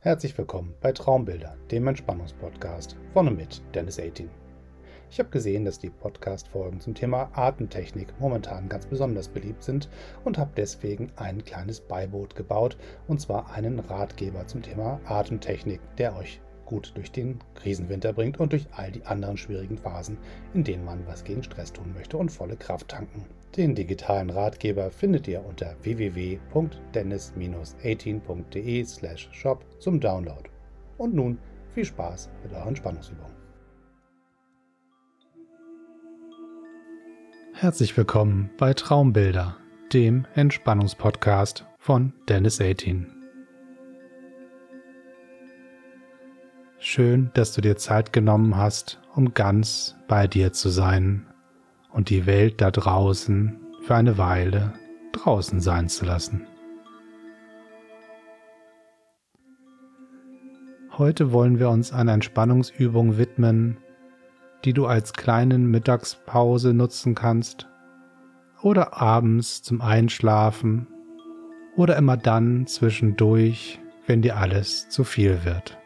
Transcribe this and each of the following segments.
Herzlich willkommen bei Traumbilder, dem Entspannungspodcast von und mit Dennis 18. Ich habe gesehen, dass die Podcast-Folgen zum Thema Atemtechnik momentan ganz besonders beliebt sind und habe deswegen ein kleines Beiboot gebaut, und zwar einen Ratgeber zum Thema Atemtechnik, der euch gut durch den Krisenwinter bringt und durch all die anderen schwierigen Phasen, in denen man was gegen Stress tun möchte und volle Kraft tanken. Den digitalen Ratgeber findet ihr unter www.dennis-18.de/shop zum Download. Und nun viel Spaß mit euren Entspannungsübungen. Herzlich willkommen bei Traumbilder, dem Entspannungspodcast von Dennis 18. Schön, dass du dir Zeit genommen hast, um ganz bei dir zu sein und die Welt da draußen für eine Weile draußen sein zu lassen. Heute wollen wir uns einer Entspannungsübung widmen, die du als kleinen Mittagspause nutzen kannst oder abends zum Einschlafen oder immer dann zwischendurch, wenn dir alles zu viel wird.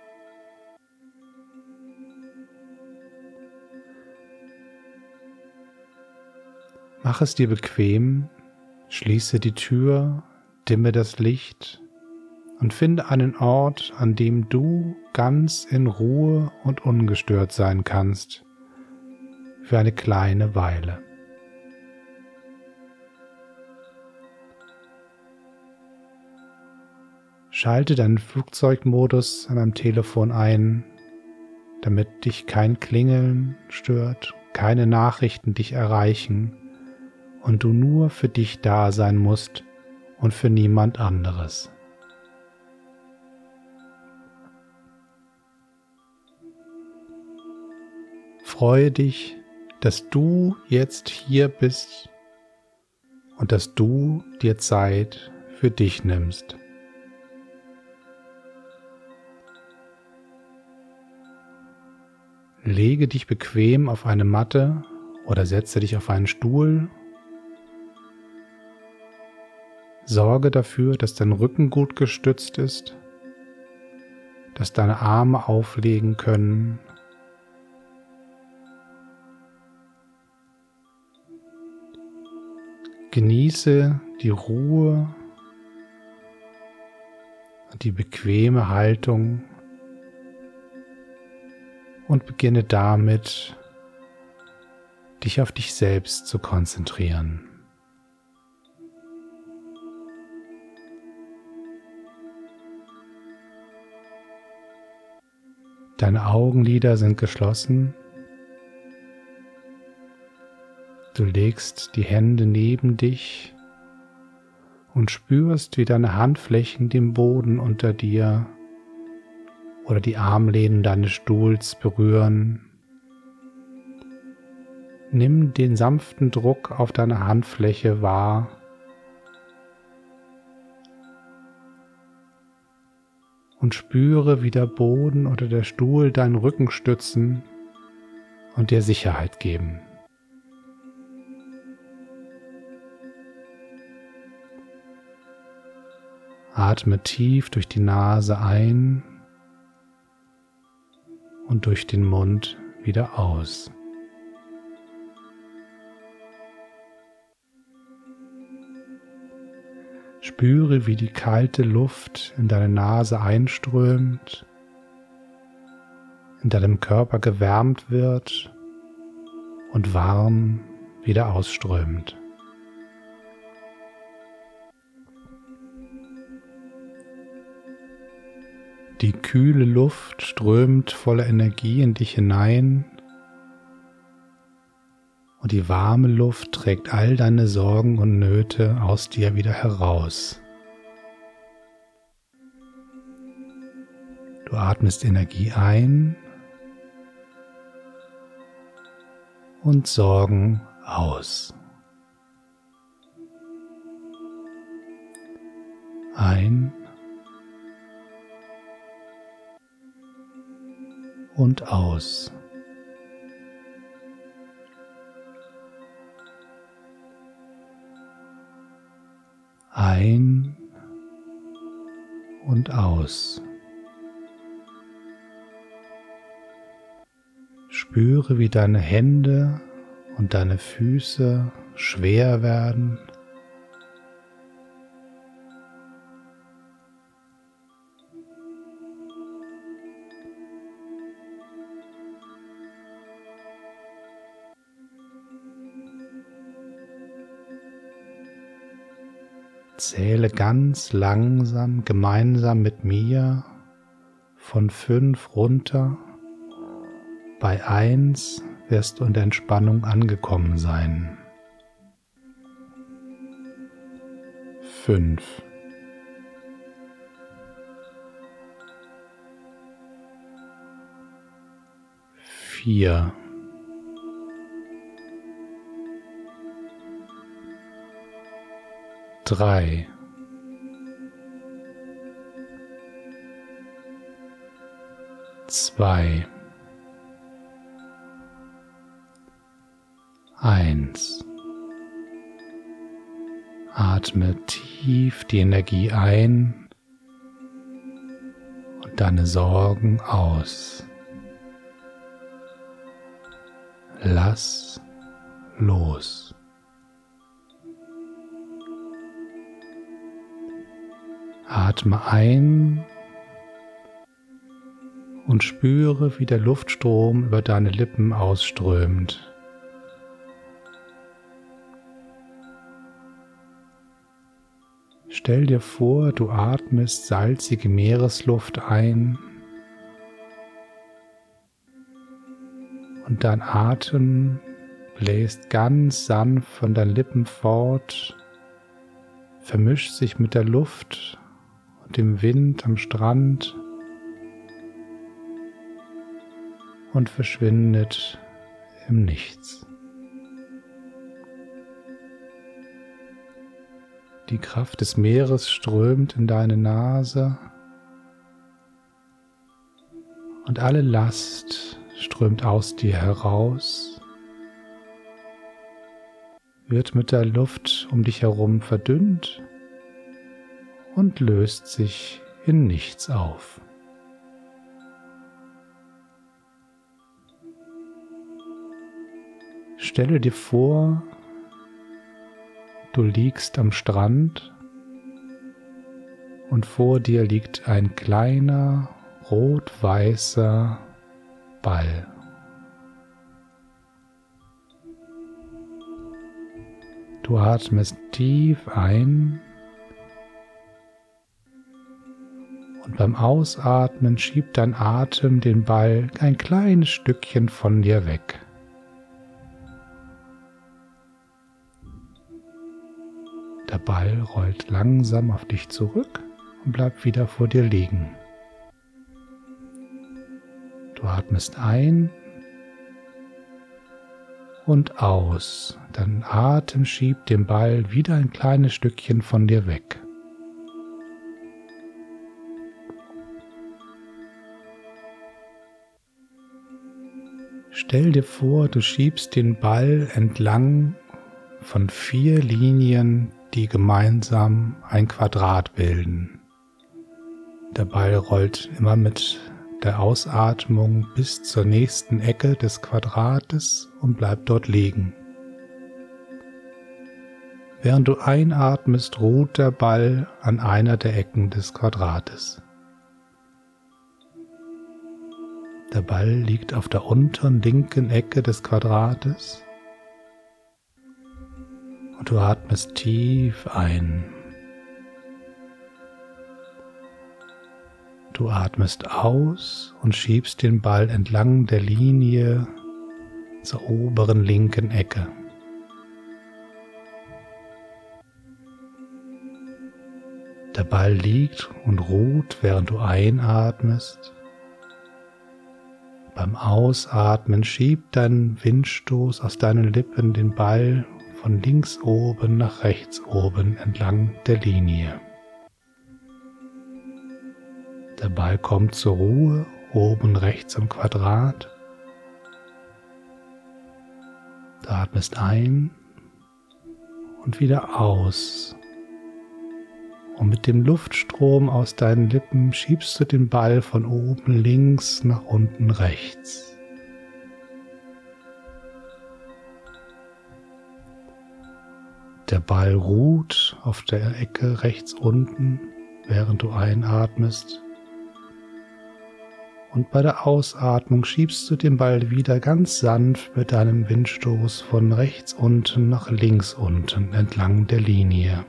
Mach es dir bequem, schließe die Tür, dimme das Licht und finde einen Ort, an dem du ganz in Ruhe und ungestört sein kannst, für eine kleine Weile. Schalte deinen Flugzeugmodus an deinem Telefon ein, damit dich kein Klingeln stört, keine Nachrichten dich erreichen und du nur für dich da sein musst und für niemand anderes. Freue dich, dass du jetzt hier bist und dass du dir Zeit für dich nimmst. Lege dich bequem auf eine Matte oder setze dich auf einen Stuhl. Sorge dafür, dass dein Rücken gut gestützt ist, dass deine Arme auflegen können. Genieße die Ruhe und die bequeme Haltung und beginne damit, dich auf dich selbst zu konzentrieren. Deine Augenlider sind geschlossen. Du legst die Hände neben dich und spürst, wie deine Handflächen den Boden unter dir oder die Armlehnen deines Stuhls berühren. Nimm den sanften Druck auf deine Handfläche wahr und spüre, wie der Boden oder der Stuhl deinen Rücken stützen und dir Sicherheit geben. Atme tief durch die Nase ein und durch den Mund wieder aus. Spüre, wie die kalte Luft in deine Nase einströmt, in deinem Körper gewärmt wird und warm wieder ausströmt. Die kühle Luft strömt voller Energie in dich hinein und die warme Luft trägt all deine Sorgen und Nöte aus dir wieder heraus. Du atmest Energie ein und Sorgen aus. Ein und aus. Ein und aus. spüre, wie deine Hände und deine Füße schwer werden. Zähle ganz langsam gemeinsam mit mir von 5 runter. Bei 1 wirst du in der Entspannung angekommen sein. 5. 4. 3. 2. 1. Atme tief die Energie ein und deine Sorgen aus. Lass los. Atme ein und spüre, wie der Luftstrom über deine Lippen ausströmt. Stell dir vor, du atmest salzige Meeresluft ein und dein Atem bläst ganz sanft von deinen Lippen fort, vermischt sich mit der Luft und dem Wind am Strand und verschwindet im Nichts. Die Kraft des Meeres strömt in deine Nase und alle Last strömt aus dir heraus, wird mit der Luft um dich herum verdünnt und löst sich in nichts auf. Stelle dir vor, du liegst am Strand und vor dir liegt ein kleiner rot-weißer Ball. Du atmest tief ein und beim Ausatmen schiebt dein Atem den Ball ein kleines Stückchen von dir weg. Der Ball rollt langsam auf dich zurück und bleibt wieder vor dir liegen. Du atmest ein und aus. Dein Atem schiebt den Ball wieder ein kleines Stückchen von dir weg. Stell dir vor, du schiebst den Ball entlang von 4 Linien, die gemeinsam ein Quadrat bilden. Der Ball rollt immer mit der Ausatmung bis zur nächsten Ecke des Quadrates und bleibt dort liegen. Während du einatmest, ruht der Ball an einer der Ecken des Quadrates. Der Ball liegt auf der unteren linken Ecke des Quadrates. Und du atmest tief ein. Du atmest aus und schiebst den Ball entlang der Linie zur oberen linken Ecke. Der Ball liegt und ruht, während du einatmest. Beim Ausatmen schiebt dein Windstoß aus deinen Lippen den Ball von links oben nach rechts oben entlang der Linie. Der Ball kommt zur Ruhe oben rechts im Quadrat. Du atmest ein und wieder aus. Und mit dem Luftstrom aus deinen Lippen schiebst du den Ball von oben links nach unten rechts. Der Ball ruht auf der Ecke rechts unten, während du einatmest. Und bei der Ausatmung schiebst du den Ball wieder ganz sanft mit deinem Windstoß von rechts unten nach links unten entlang der Linie.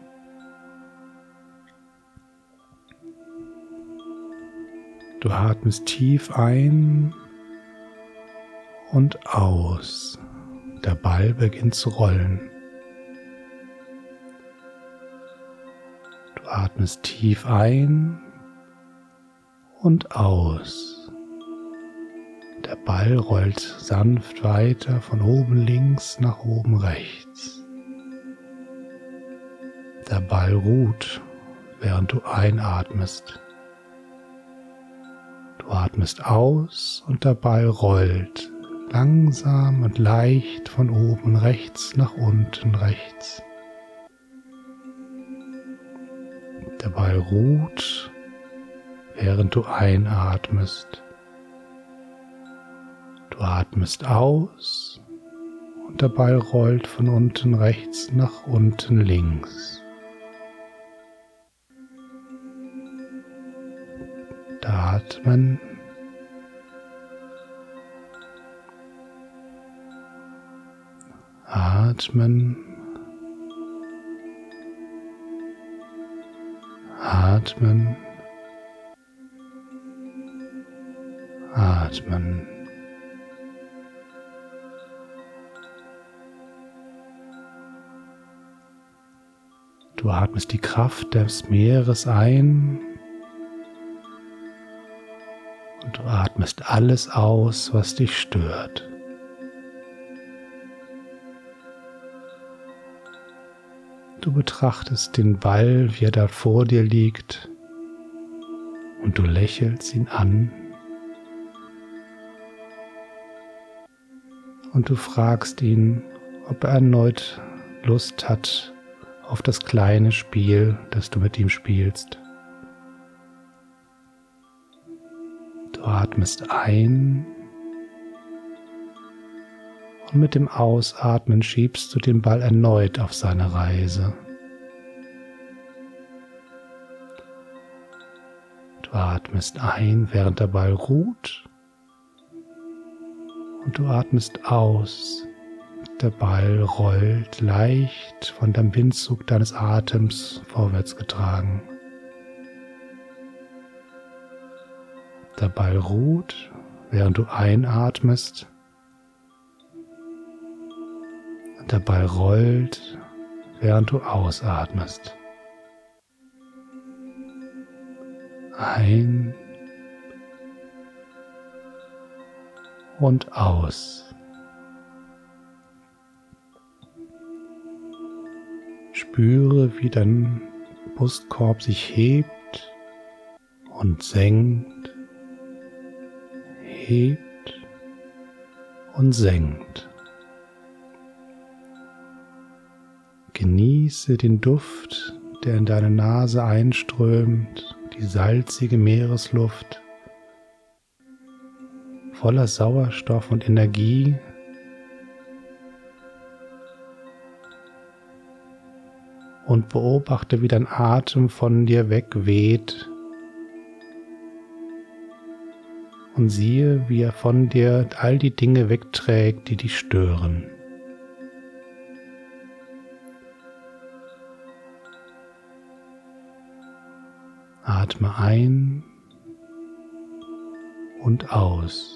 Du atmest tief ein und aus. Der Ball beginnt zu rollen. Du atmest tief ein und aus. Der Ball rollt sanft weiter von oben links nach oben rechts. Der Ball ruht, während du einatmest. Du atmest aus und der Ball rollt langsam und leicht von oben rechts nach unten rechts. Der Ball ruht, während du einatmest. Du atmest aus und der Ball rollt von unten rechts nach unten links. Atmen. Atmen. Atmen. Atmen. Du atmest die Kraft des Meeres ein und du atmest alles aus, was dich stört. Du betrachtest den Ball, wie er da vor dir liegt, und du lächelst ihn an und du fragst ihn, ob er erneut Lust hat auf das kleine Spiel, das du mit ihm spielst. Du atmest ein und mit dem Ausatmen schiebst du den Ball erneut auf seine Reise. Du atmest ein, während der Ball ruht, und du atmest aus. Der Ball rollt leicht von dem Windzug deines Atems vorwärts getragen. Der Ball ruht, während du einatmest. Und der Ball rollt, während du ausatmest. Ein und aus. Spüre, wie dein Brustkorb sich hebt und senkt, hebt und senkt. Genieße den Duft, der in deine Nase einströmt, die salzige Meeresluft, voller Sauerstoff und Energie. Und beobachte, wie dein Atem von dir wegweht. Und siehe, wie er von dir all die Dinge wegträgt, die dich stören. Atme ein und aus.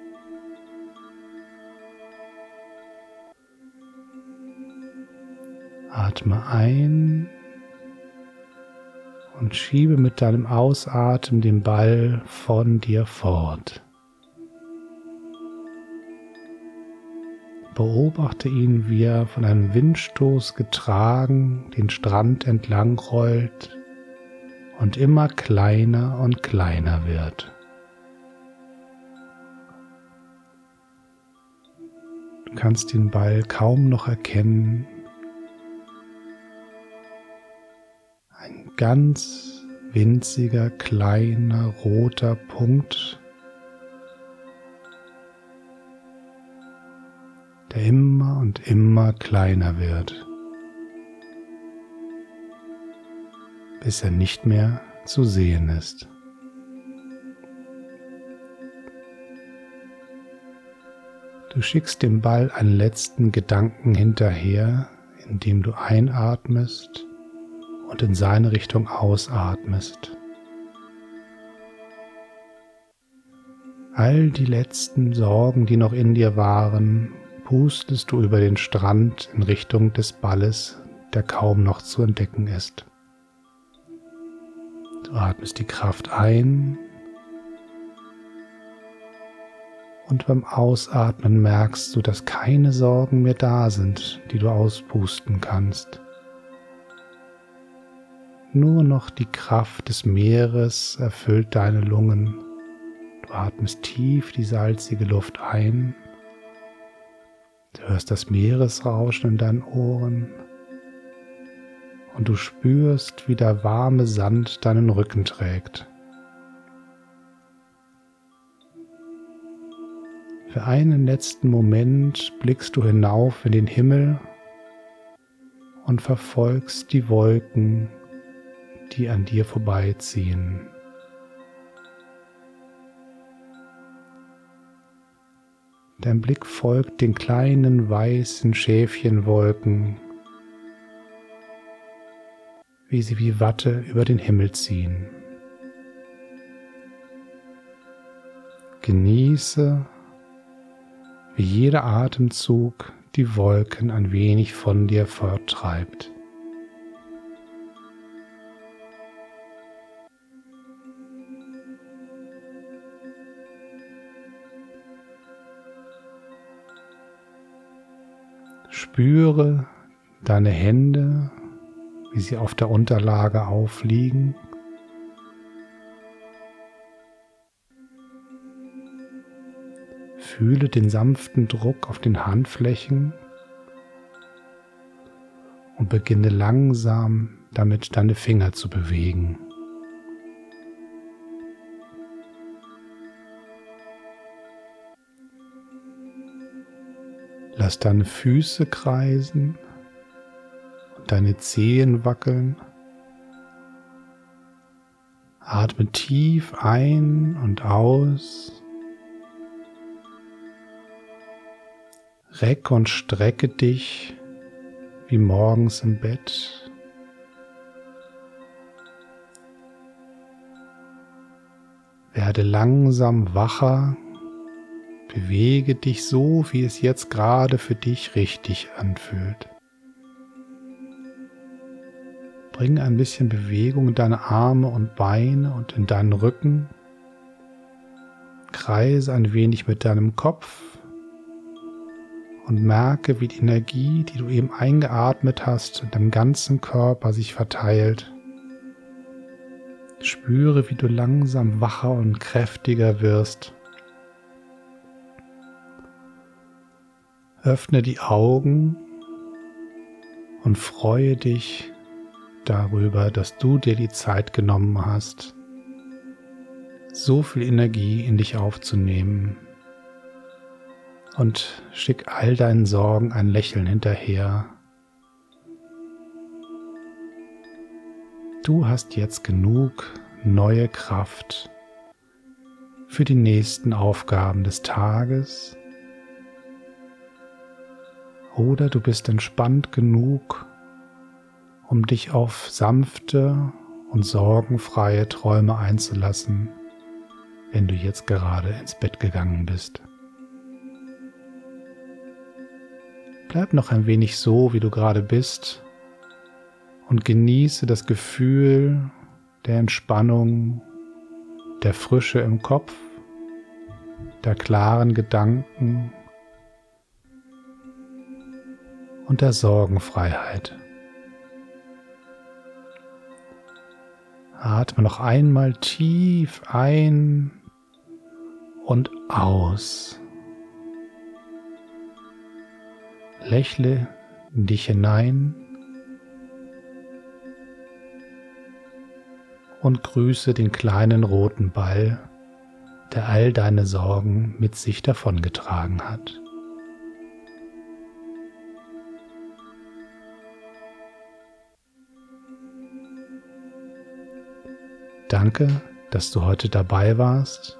Atme ein und schiebe mit deinem Ausatmen den Ball von dir fort. Beobachte ihn, wie er von einem Windstoß getragen den Strand entlang rollt und immer kleiner und kleiner wird. Du kannst den Ball kaum noch erkennen. Ein ganz winziger, kleiner, roter Punkt, der immer und immer kleiner wird. bis er nicht mehr zu sehen ist. Du schickst dem Ball einen letzten Gedanken hinterher, indem du einatmest und in seine Richtung ausatmest. All die letzten Sorgen, die noch in dir waren, pustest du über den Strand in Richtung des Balles, der kaum noch zu entdecken ist. Du atmest die Kraft ein und beim Ausatmen merkst du, dass keine Sorgen mehr da sind, die du auspusten kannst. Nur noch die Kraft des Meeres erfüllt deine Lungen. Du atmest tief die salzige Luft ein. Du hörst das Meeresrauschen in deinen Ohren. Und du spürst, wie der warme Sand deinen Rücken trägt. Für einen letzten Moment blickst du hinauf in den Himmel und verfolgst die Wolken, die an dir vorbeiziehen. Dein Blick folgt den kleinen weißen Schäfchenwolken, wie sie wie Watte über den Himmel ziehen. Genieße, wie jeder Atemzug die Wolken ein wenig von dir forttreibt. Spüre deine Hände, wie sie auf der Unterlage aufliegen. Fühle den sanften Druck auf den Handflächen und beginne langsam damit deine Finger zu bewegen. Lass deine Füße kreisen und deine Zehen wackeln. Atme tief ein und aus. Reck und strecke dich wie morgens im Bett. Werde langsam wacher. Bewege dich so, wie es jetzt gerade für dich richtig anfühlt. Bring ein bisschen Bewegung in deine Arme und Beine und in deinen Rücken. Kreise ein wenig mit deinem Kopf und merke, wie die Energie, die du eben eingeatmet hast, in deinem ganzen Körper sich verteilt. Spüre, wie du langsam wacher und kräftiger wirst. Öffne die Augen und freue dich darüber, dass du dir die Zeit genommen hast, so viel Energie in dich aufzunehmen, und schick all deinen Sorgen ein Lächeln hinterher. Du hast jetzt genug neue Kraft für die nächsten Aufgaben des Tages. Oder du bist entspannt genug, um dich auf sanfte und sorgenfreie Träume einzulassen, wenn du jetzt gerade ins Bett gegangen bist. Bleib noch ein wenig so, wie du gerade bist, und genieße das Gefühl der Entspannung, der Frische im Kopf, der klaren Gedanken und der Sorgenfreiheit. Atme noch einmal tief ein und aus. Lächle in dich hinein und grüße den kleinen roten Ball, der all deine Sorgen mit sich davongetragen hat. Danke, dass du heute dabei warst.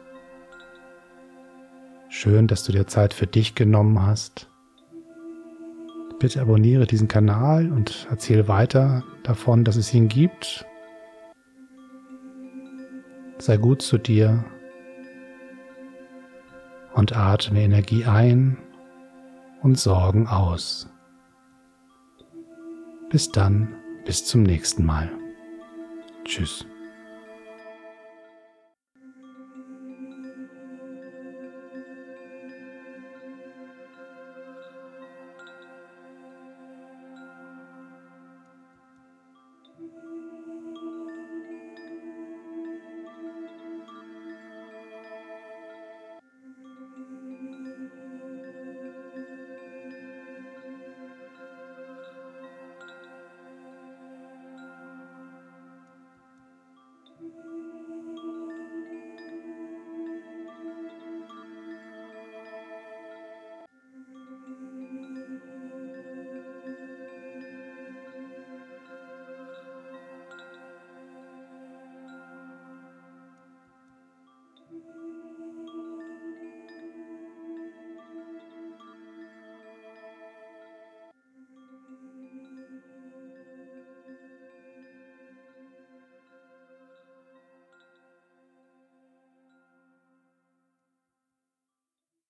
Schön, dass du dir Zeit für dich genommen hast. Bitte abonniere diesen Kanal und erzähle weiter davon, dass es ihn gibt. Sei gut zu dir und atme Energie ein und Sorgen aus. Bis dann, bis zum nächsten Mal. Tschüss.